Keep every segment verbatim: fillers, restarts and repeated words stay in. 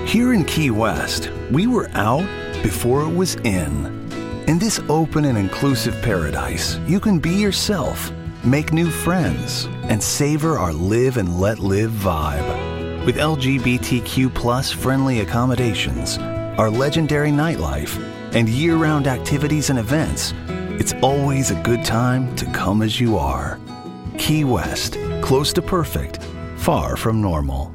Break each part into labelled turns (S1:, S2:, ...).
S1: Here in Key West, we were out before it was in. In this open and inclusive paradise, you can be yourself, make new friends, and savor our live and let live vibe. With L G B T Q plus friendly accommodations, our legendary nightlife, and year-round activities and events, it's always a good time to come as you are. Key West, close to perfect, far from normal.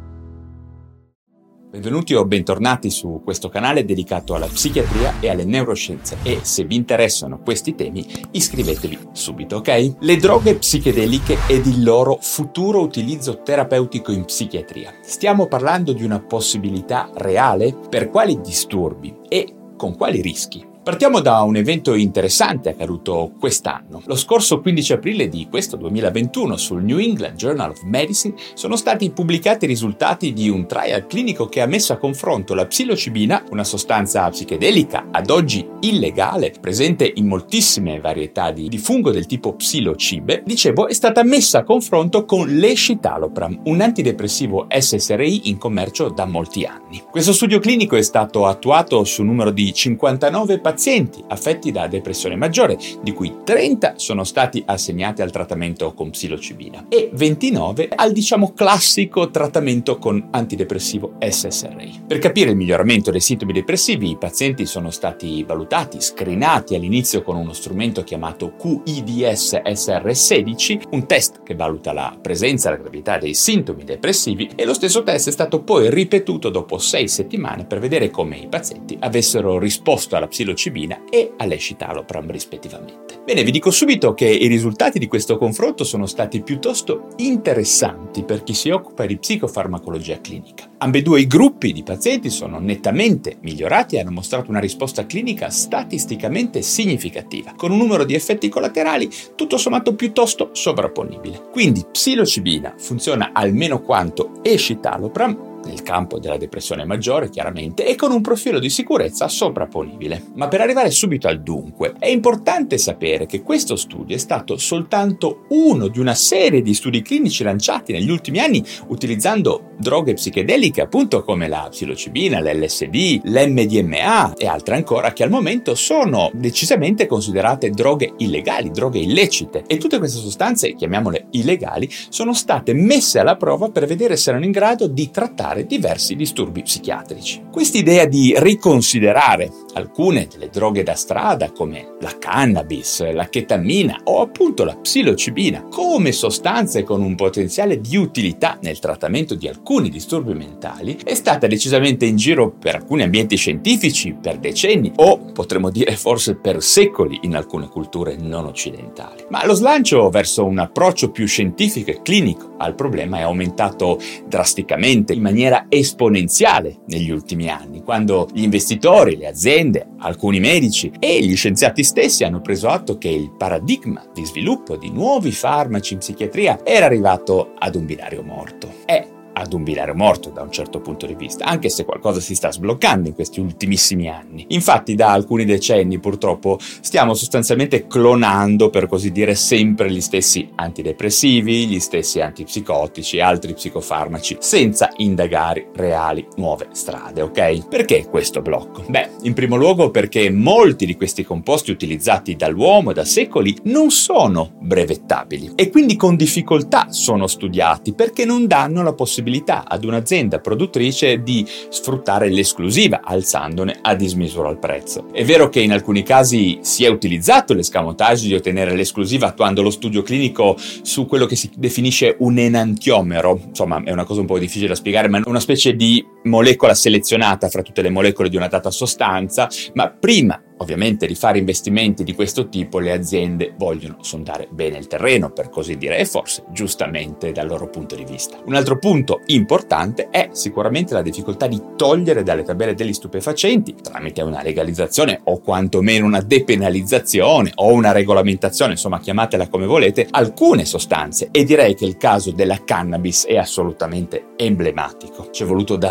S2: Benvenuti o bentornati su questo canale dedicato alla psichiatria e alle neuroscienze e se vi interessano questi temi iscrivetevi subito, ok? Le droghe psichedeliche ed il loro futuro utilizzo terapeutico in psichiatria. Stiamo parlando di una possibilità reale? Per quali disturbi e con quali rischi? Partiamo da un evento interessante accaduto quest'anno. Lo scorso quindici aprile di questo duemilaventuno sul New England Journal of Medicine sono stati pubblicati i risultati di un trial clinico che ha messo a confronto la psilocibina, una sostanza psichedelica ad oggi illegale, presente in moltissime varietà di, di fungo del tipo psilocibe. Dicevo, è stata messa a confronto con l'escitalopram, un antidepressivo S S R I in commercio da molti anni. Questo studio clinico è stato attuato su un numero di cinquantanove pazienti pazienti affetti da depressione maggiore, di cui trenta sono stati assegnati al trattamento con psilocibina e ventinove al diciamo classico trattamento con antidepressivo S S R I. Per capire il miglioramento dei sintomi depressivi, i pazienti sono stati valutati, screenati all'inizio con uno strumento chiamato Q I D S S R sedici, un test che valuta la presenza e la gravità dei sintomi depressivi, e lo stesso test è stato poi ripetuto dopo sei settimane per vedere come i pazienti avessero risposto alla psilocibina e all'escitalopram rispettivamente. Bene, vi dico subito che i risultati di questo confronto sono stati piuttosto interessanti per chi si occupa di psicofarmacologia clinica. Ambedue i gruppi di pazienti sono nettamente migliorati e hanno mostrato una risposta clinica statisticamente significativa, con un numero di effetti collaterali tutto sommato piuttosto sovrapponibile. Quindi psilocibina funziona almeno quanto escitalopram nel campo della depressione maggiore, chiaramente, e con un profilo di sicurezza sovrapponibile. Ma per arrivare subito al dunque, è importante sapere che questo studio è stato soltanto uno di una serie di studi clinici lanciati negli ultimi anni utilizzando droghe psichedeliche appunto come la psilocibina, l'L S D, l'M D M A e altre ancora che al momento sono decisamente considerate droghe illegali, droghe illecite, e tutte queste sostanze, chiamiamole illegali, sono state messe alla prova per vedere se erano in grado di trattare diversi disturbi psichiatrici. Quest'idea di riconsiderare alcune delle droghe da strada come la cannabis, la chetamina o appunto la psilocibina come sostanze con un potenziale di utilità nel trattamento di alcuni disturbi mentali è stata decisamente in giro per alcuni ambienti scientifici per decenni o potremmo dire forse per secoli in alcune culture non occidentali. Ma lo slancio verso un approccio più scientifico e clinico al problema è aumentato drasticamente in maniera esponenziale negli ultimi anni, quando gli investitori, le aziende, alcuni medici e gli scienziati stessi hanno preso atto che il paradigma di sviluppo di nuovi farmaci in psichiatria era arrivato ad un binario morto. È ad un binario morto da un certo punto di vista, anche se qualcosa si sta sbloccando in questi ultimissimi anni. Infatti da alcuni decenni purtroppo stiamo sostanzialmente clonando, per così dire, sempre gli stessi antidepressivi, gli stessi antipsicotici e altri psicofarmaci senza indagare reali nuove strade, ok? Perché questo blocco? Beh, in primo luogo perché molti di questi composti utilizzati dall'uomo da secoli non sono brevettabili e quindi con difficoltà sono studiati perché non danno la possibilità ad un'azienda produttrice di sfruttare l'esclusiva alzandone a dismisura il prezzo. È vero che in alcuni casi si è utilizzato l'escamotage di ottenere l'esclusiva attuando lo studio clinico su quello che si definisce un enantiomero, insomma è una cosa un po' difficile da spiegare, ma è una specie di molecola selezionata fra tutte le molecole di una data sostanza, ma prima ovviamente di fare investimenti di questo tipo le aziende vogliono sondare bene il terreno, per così dire, e forse giustamente dal loro punto di vista. Un altro punto importante è sicuramente la difficoltà di togliere dalle tabelle degli stupefacenti, tramite una legalizzazione o quantomeno una depenalizzazione o una regolamentazione, insomma chiamatela come volete, alcune sostanze, e direi che il caso della cannabis è assolutamente emblematico. C'è voluto davvero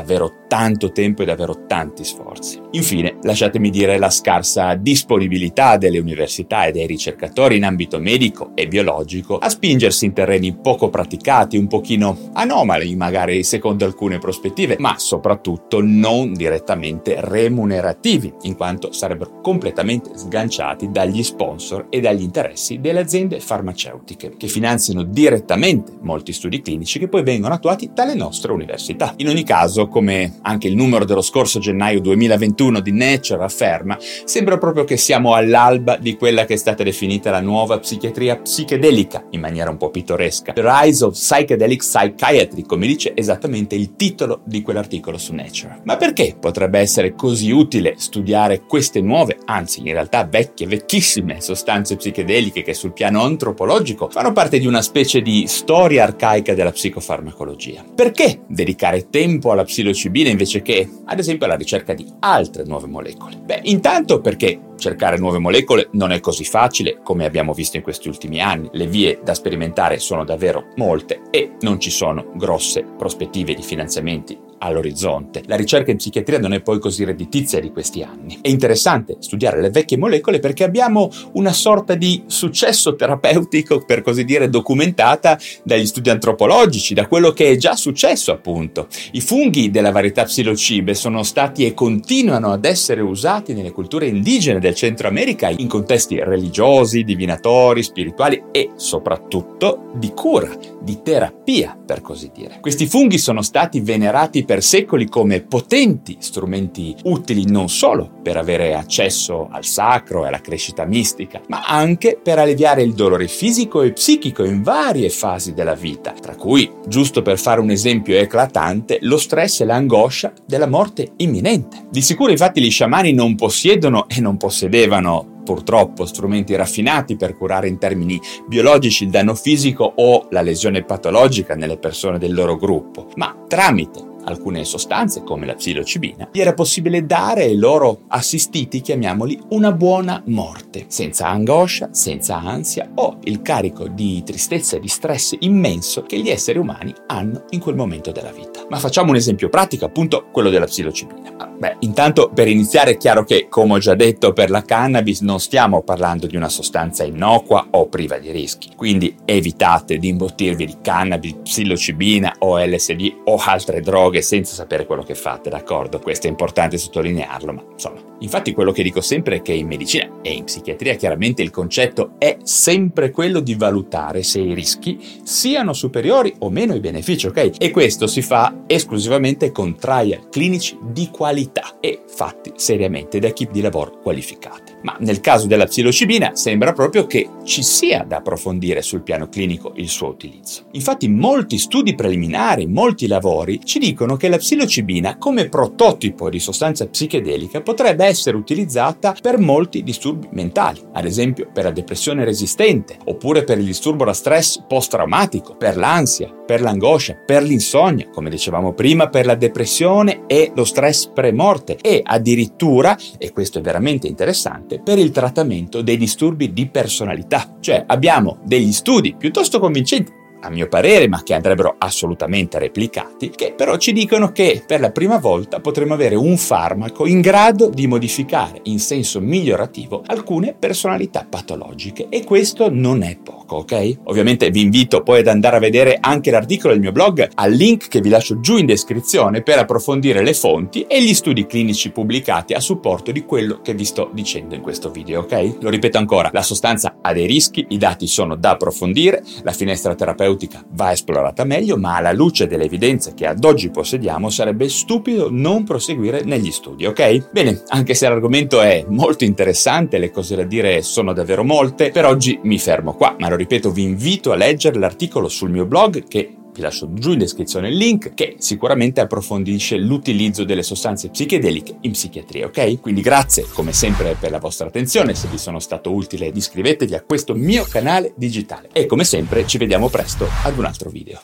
S2: tanto tempo e davvero tanti sforzi. Infine, lasciatemi dire la scarsa disponibilità delle università e dei ricercatori in ambito medico e biologico a spingersi in terreni poco praticati, un pochino anomali magari secondo alcune prospettive, ma soprattutto non direttamente remunerativi, in quanto sarebbero completamente sganciati dagli sponsor e dagli interessi delle aziende farmaceutiche, che finanziano direttamente molti studi clinici che poi vengono attuati dalle nostre università. In ogni caso, come anche il numero dello scorso gennaio duemilaventuno di Nature afferma, sembra proprio che siamo all'alba di quella che è stata definita la nuova psichiatria psichedelica, in maniera un po' pittoresca. The Rise of Psychedelic Psychiatry, come dice esattamente il titolo di quell'articolo su Nature. Ma perché potrebbe essere così utile studiare queste nuove, anzi in realtà vecchie, vecchissime sostanze psichedeliche che sul piano antropologico fanno parte di una specie di storia arcaica della psicofarmacologia? Perché dedicare tempo alla psilocibina invece che, ad esempio, alla ricerca di altre nuove molecole? Beh, intanto perché cercare nuove molecole non è così facile come abbiamo visto in questi ultimi anni. Le vie da sperimentare sono davvero molte e non ci sono grosse prospettive di finanziamenti all'orizzonte. La ricerca in psichiatria non è poi così redditizia di questi anni. È interessante studiare le vecchie molecole perché abbiamo una sorta di successo terapeutico, per così dire, documentata dagli studi antropologici, da quello che è già successo appunto. I funghi della varietà psilocybe sono stati e continuano ad essere usati nelle culture indigene del Centro America in contesti religiosi, divinatori, spirituali e soprattutto di cura, di terapia, per così dire. Questi funghi sono stati venerati per secoli come potenti strumenti utili non solo per avere accesso al sacro e alla crescita mistica, ma anche per alleviare il dolore fisico e psichico in varie fasi della vita, tra cui, giusto per fare un esempio eclatante, lo stress e l'angoscia della morte imminente. Di sicuro infatti gli sciamani non possiedono e non possedevano purtroppo strumenti raffinati per curare in termini biologici il danno fisico o la lesione patologica nelle persone del loro gruppo, ma tramite alcune sostanze come la psilocibina gli era possibile dare ai loro assistiti, chiamiamoli, una buona morte, senza angoscia, senza ansia o il carico di tristezza e di stress immenso che gli esseri umani hanno in quel momento della vita. Ma facciamo un esempio pratico, appunto quello della psilocibina. Beh, intanto per iniziare è chiaro che, come ho già detto, per la cannabis non stiamo parlando di una sostanza innocua o priva di rischi, quindi evitate di imbottirvi di cannabis, psilocibina o L S D o altre droghe senza sapere quello che fate, d'accordo? Questo è importante sottolinearlo, ma insomma. Infatti quello che dico sempre è che in medicina e in psichiatria chiaramente il concetto è sempre quello di valutare se i rischi siano superiori o meno ai benefici, ok? E questo si fa esclusivamente con trial clinici di qualità e fatti seriamente da equip di lavoro qualificate. Ma nel caso della psilocibina sembra proprio che ci sia da approfondire sul piano clinico il suo utilizzo. Infatti molti studi preliminari, molti lavori ci dicono che la psilocibina come prototipo di sostanza psichedelica potrebbe essere utilizzata per molti disturbi mentali, ad esempio per la depressione resistente, oppure per il disturbo da stress post-traumatico, per l'ansia, per l'angoscia, per l'insonnia, come dicevamo prima, per la depressione e lo stress pre-morte e addirittura, e questo è veramente interessante, per il trattamento dei disturbi di personalità. Cioè abbiamo degli studi piuttosto convincenti, a mio parere, ma che andrebbero assolutamente replicati, che però ci dicono che per la prima volta potremo avere un farmaco in grado di modificare in senso migliorativo alcune personalità patologiche, e questo non è poco, ok? Ovviamente vi invito poi ad andare a vedere anche l'articolo del mio blog al link che vi lascio giù in descrizione per approfondire le fonti e gli studi clinici pubblicati a supporto di quello che vi sto dicendo in questo video, ok? Lo ripeto ancora, la sostanza ha dei rischi, i dati sono da approfondire, la finestra terapeutica va esplorata meglio, ma alla luce delle evidenze che ad oggi possediamo sarebbe stupido non proseguire negli studi, ok? Bene, anche se l'argomento è molto interessante, le cose da dire sono davvero molte, per oggi mi fermo qua, ma lo ripeto, vi invito a leggere l'articolo sul mio blog che vi lascio giù in descrizione il link, che sicuramente approfondisce l'utilizzo delle sostanze psichedeliche in psichiatria, ok? Quindi grazie come sempre per la vostra attenzione, se vi sono stato utile iscrivetevi a questo mio canale digitale e come sempre ci vediamo presto ad un altro video.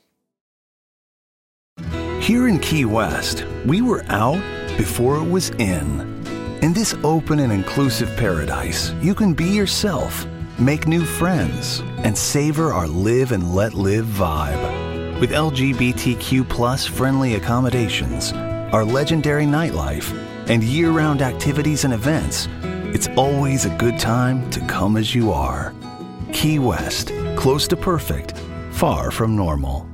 S1: Here in Key West, we were out before it was in. In this open and inclusive paradise, you can be yourself, make new friends, and savor our live and let live vibe. With L G B T Q plus friendly accommodations, our legendary nightlife, and year-round activities and events, it's always a good time to come as you are. Key West, close to perfect, far from normal.